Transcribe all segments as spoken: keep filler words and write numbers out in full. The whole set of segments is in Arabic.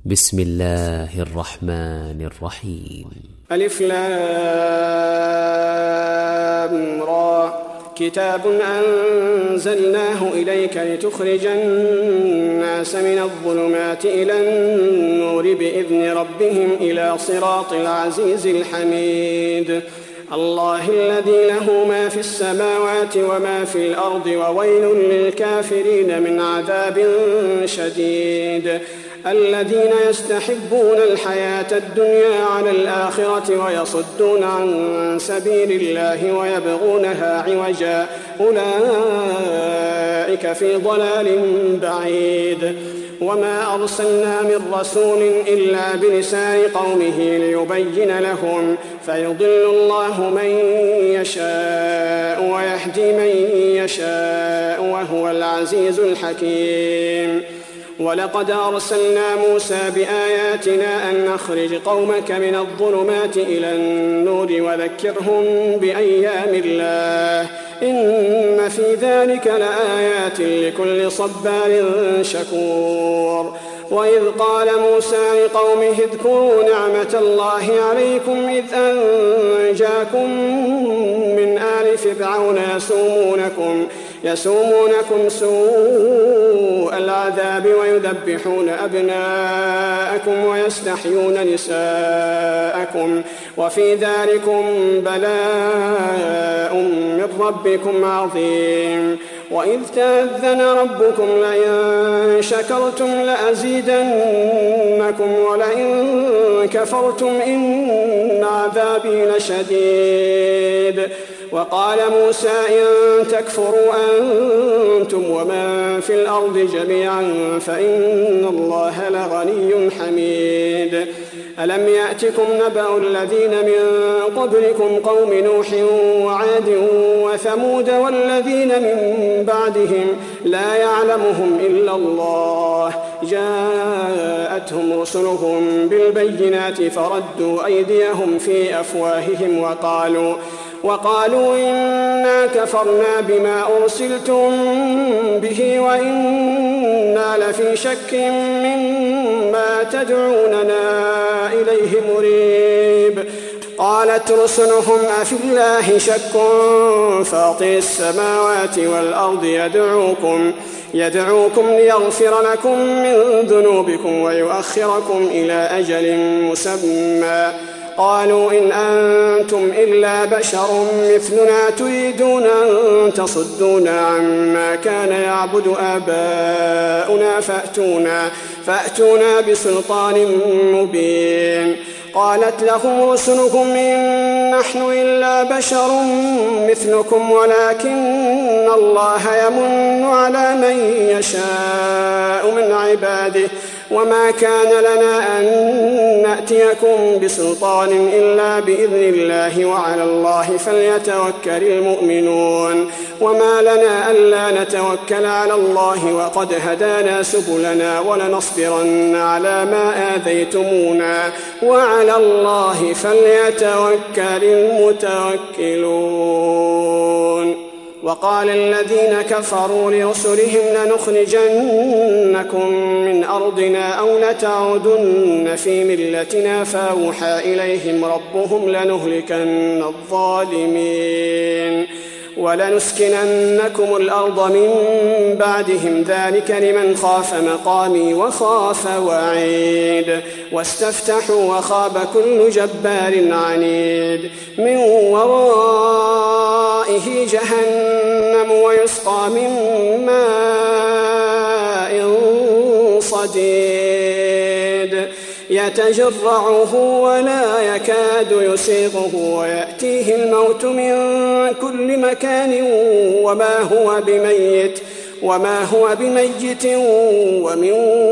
بسم الله الرحمن الرحيم. ألف لام را كتاب أنزلناه إليك لتخرج الناس من الظلمات إلى النور بإذن ربهم إلى صراط العزيز الحميد. الله الذي له ما في السماوات وما في الأرض وويل للكافرين من عذاب شديد. الذين يستحبون الحياة الدنيا على الآخرة ويصدون عن سبيل الله ويبغونها عوجا أولئك في ضلال بعيد. وما أرسلنا من رسول إلا بلسان قومه ليبين لهم فيضل الله من يشاء ويهدي من يشاء وهو العزيز الحكيم. ولقد أرسلنا موسى بآياتنا أن نخرج قومك من الظلمات إلى النور وذكرهم بأيام الله إن في ذلك لآيات لكل صبار شكور. وإذ قال موسى لقومه اذكروا نعمة الله عليكم إذ أنجاكم من آل فرعون يسومونكم يسومونكم سوء العذاب ويذبحون أبناءكم ويستحيون نساءكم وفي ذلكم بلاء من ربكم عظيم. وإذ تأذن ربكم لئن شكرتم لأزيدنكم ولئن كفرتم إن عذابي لشديد. وقال موسى إن تكفروا أنتم ومن في الأرض جميعا فإن الله لغني حميد. ألم يأتكم نبأ الذين من قبلكم قوم نوح وعاد وثمود والذين من بعدهم لا يعلمهم إلا الله جاءتهم رسلهم بالبينات فردوا أيديهم في أفواههم وقالوا وقالوا إنا كفرنا بما أرسلتم به وإنا لفي شك مما تدعوننا إليه مريب. قالت رسلهم أفي الله شك فاطر السماوات والأرض يدعوكم يدعوكم ليغفر لكم من ذنوبكم ويؤخركم إلى أجل مسمى. قالوا إن أنتم إلا بشر مثلنا تريدون أن تصدونا عما كان يعبد آباؤنا فأتونا, فأتونا بسلطان مبين. قالت لهم رسلهم إن نحن إلا بشر مثلكم ولكن الله يمن على من يشاء من عباده وما كان لنا أن نأتيكم بسلطان إلا بإذن الله وعلى الله فليتوكل المؤمنون. وما لنا ألا نتوكل على الله وقد هدانا سبلنا ولنصبرن على ما آذيتمونا وعلى الله فليتوكل المتوكلون. وقال الذين كفروا لرسلهم لنخرجنكم من أرضنا أو لتعودن في ملتنا فأوحى إليهم ربهم لنهلكن الظالمين ولنسكننكم الأرض من بعدهم ذلك لمن خاف مقامي وخاف وعيد. واستفتحوا وخاب كل جبار عنيد من ورائه جهنم ويسقى من ماء صديد يتجرعه ولا يكاد يسيغه ويأتيه الموت من كل مكان وما هو بميت وما هو بميت ومن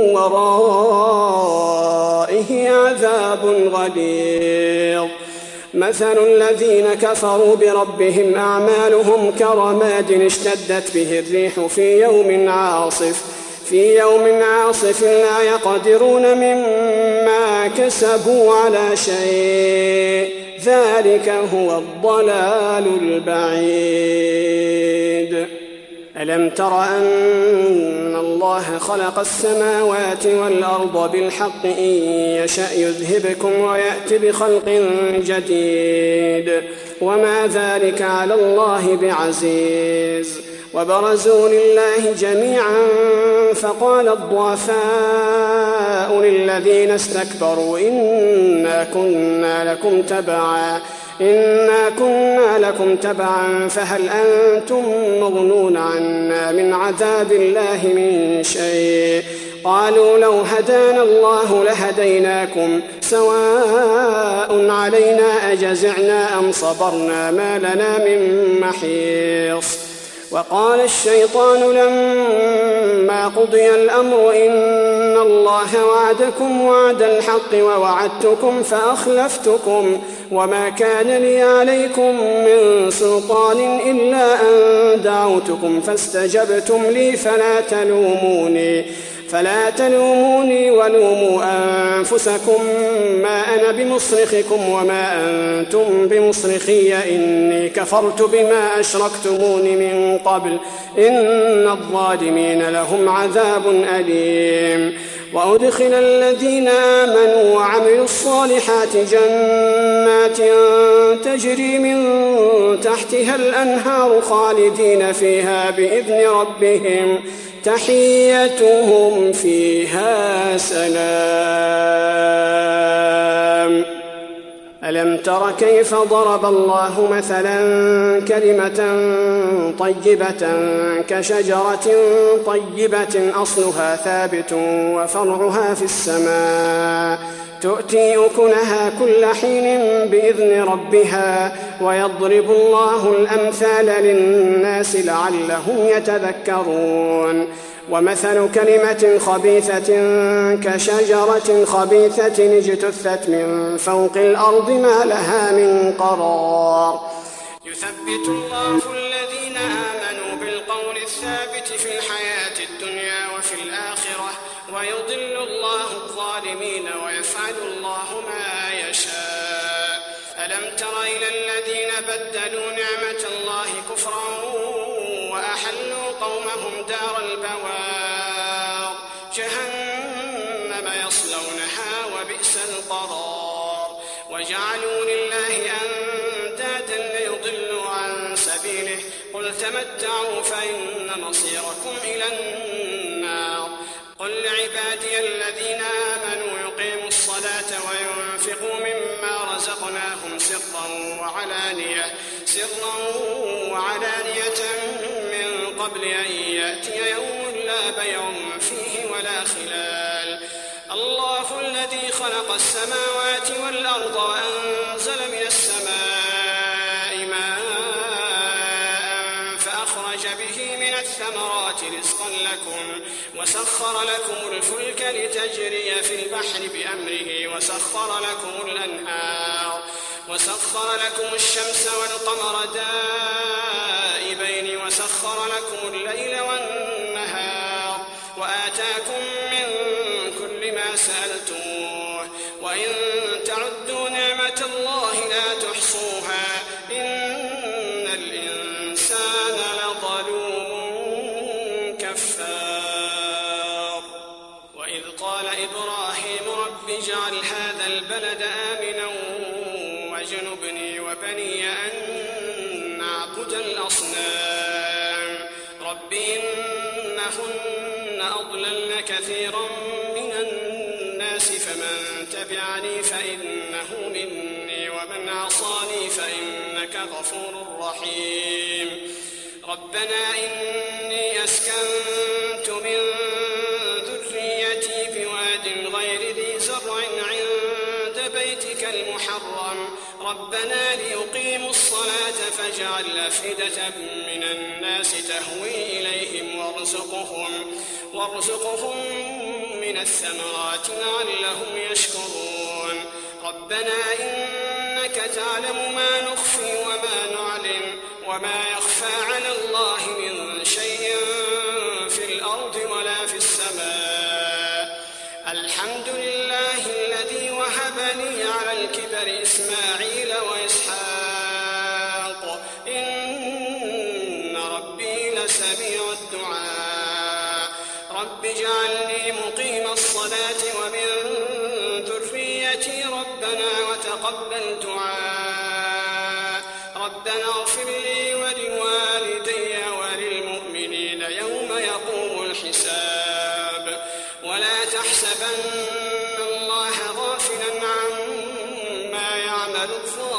ورائه عذاب غليظ. مثل الذين كفروا بربهم أعمالهم كرماد اشتدت به الريح في يوم عاصف في يوم عاصف لا يقدرون مما كسبوا على شيء ذلك هو الضلال البعيد. ألم تر أن الله خلق السماوات والأرض بالحق إن يشأ يذهبكم ويأتي بخلق جديد وما ذلك على الله بعزيز. وبرزوا لله جميعا فقال الضعفاء للذين استكبروا إنا كنا لكم تبعا إنا كنا لكم تبعا فهل أنتم مغنون عنا من عذاب الله من شيء قالوا لو هدانا الله لهديناكم سواء علينا أجزعنا أم صبرنا ما لنا من محيص. وقال الشيطان لما قضي الأمر إن الله وعدكم وعد الحق ووعدتكم فأخلفتكم وما كان لي عليكم من سلطان إلا أن دعوتكم فاستجبتم لي فلا تلوموني فلا تلوموني ولوموا أنفسكم ما أنا بمصرخكم وما أنتم بمصرخي إني كفرت بما أشركتمون من قبل إن الظالمين لهم عذاب أليم. وأدخل الذين آمنوا وعملوا الصالحات جنات تجري من تحتها الأنهار خالدين فيها بإذن ربهم تحيتهم فيها سلام. ألم تر كيف ضرب الله مثلا كلمة طيبة كشجرة طيبة أصلها ثابت وفرعها في السماء تؤتي أكلها كل حين بإذن ربها ويضرب الله الأمثال للناس لعلهم يتذكرون. ومثل كلمة خبيثة كشجرة خبيثة اجتثت من فوق الأرض ما لها من قرار. يثبت الله الذين آمنوا بالقول الثابت في الحياة الدنيا وفي الآخرة ويضل الله الظالمين ويفعل الله ما يشاء. ألم تر إلى الذين بدلوا نعمة الله كفرا وأحلوا قومهم دار البوار جهنم يصلونها وبئس القرار. وجعلوا لله أندادا ليضلوا عن سبيله قل تمتعوا فإن مصيركم إلى النار. قل لعبادي الذين آمنوا يقيموا الصلاة وينفقوا مما رزقناهم سرا وعلانية سرا وعلانية من قبل أن يأتي يوم لا بيع فيه ولا خلال. الله الذي خلق السماوات والأرض وأنزل من السماء ماء فأخرج به من الثمرات رزقا لكم وسخر لكم الفلك لتجري في البحر بأمره وسخر لكم الأنهار وسخر لكم الشمس والقمر دائبين وسخر لكم الليل والنهار وآتاكم من كل ما سألتموه وإن تعدوا نعمة الله لا تحصوها إن الإنسان لظلوم كفار. وإذ قال إبراهيم رب اجعل هذا البلد آمنا واجنبني وبني أن نعبد الأصنام رب إنهن أضللن كثيرا من الناس فمن تبعني فإنه مني ومن عصاني فإنك غفور رحيم. ربنا إني أسكنت من ذريتي بواد غير ذي زرع عند بيتك المحرم ربنا ليقيموا الصلاة فاجعل أفئدة من الناس تهوي إليهم وارزقهم, وارزقهم من الثمرات لعلهم يشكرون. ربنا إنك تعلم ما نخفي وما نعلن وما يخفى على الله من شيء في الأرض ولا في السماء. الحمد لله الذي وهب لي على الكبر إسماعيل وإسحاق إن ربي لسميع وتقبل دعاء ربنا اغفر لي ولوالدي وللمؤمنين يوم يقوم الحساب ولا تحسبن الله غافلا عما يعمل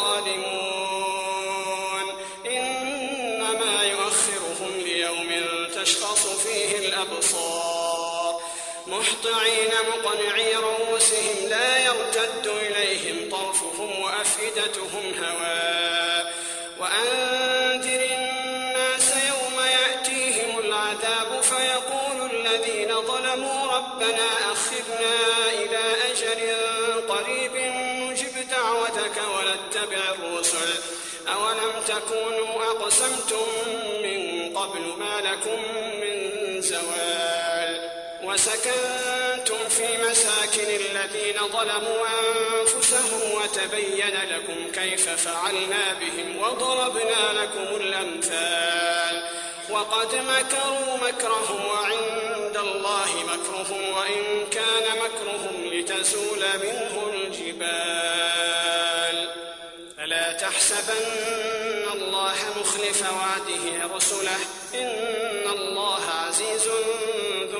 الظالمون إنما يؤخرهم ليوم تشخص فيه الأبصار مهطعين مقنعي رؤوسهم لا يرتد إليهم طرفهم وأفئدتهم هواء وأنذر الناس يوم يأتيهم العذاب فيقول الذين ظلموا ربنا أخرنا إلى أجل قريب نجب دعوتك ونتبع الرسل أولم تكونوا أقسمتم من قبل ما لكم من زوال وسكنتم في مساكن الذين ظلموا أنفسهم وتبين لكم كيف فعلنا بهم وضربنا لكم الأمثال وقد مكروا مكرهم وعند الله مكرهم وإن كان مكرهم لتزول منه الجبال فلا تحسبن الله مخلف وعده رسله إن الله عزيز ذو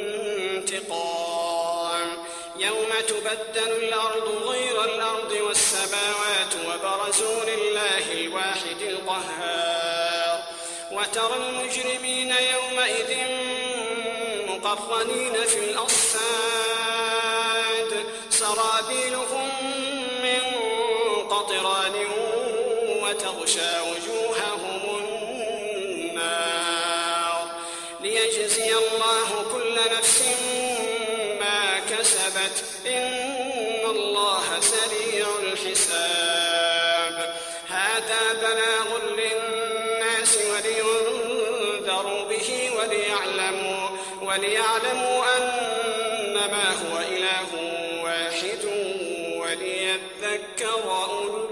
انتقام يوم تبدل الأرض غير الأرض والسماوات وبرزوا لله الواحد القهار وترى المجرمين يومئذ مقرنين في الأصفاد سرابيلهم من قطران وتغشى وجوههم النار ليجزي الله كل نفس ما كسبت إن الله سريع الحساب هذا بلاغ للناس ولينذروا به وليعلموا, وليعلموا أنما هو إله واحد وليذكر أولو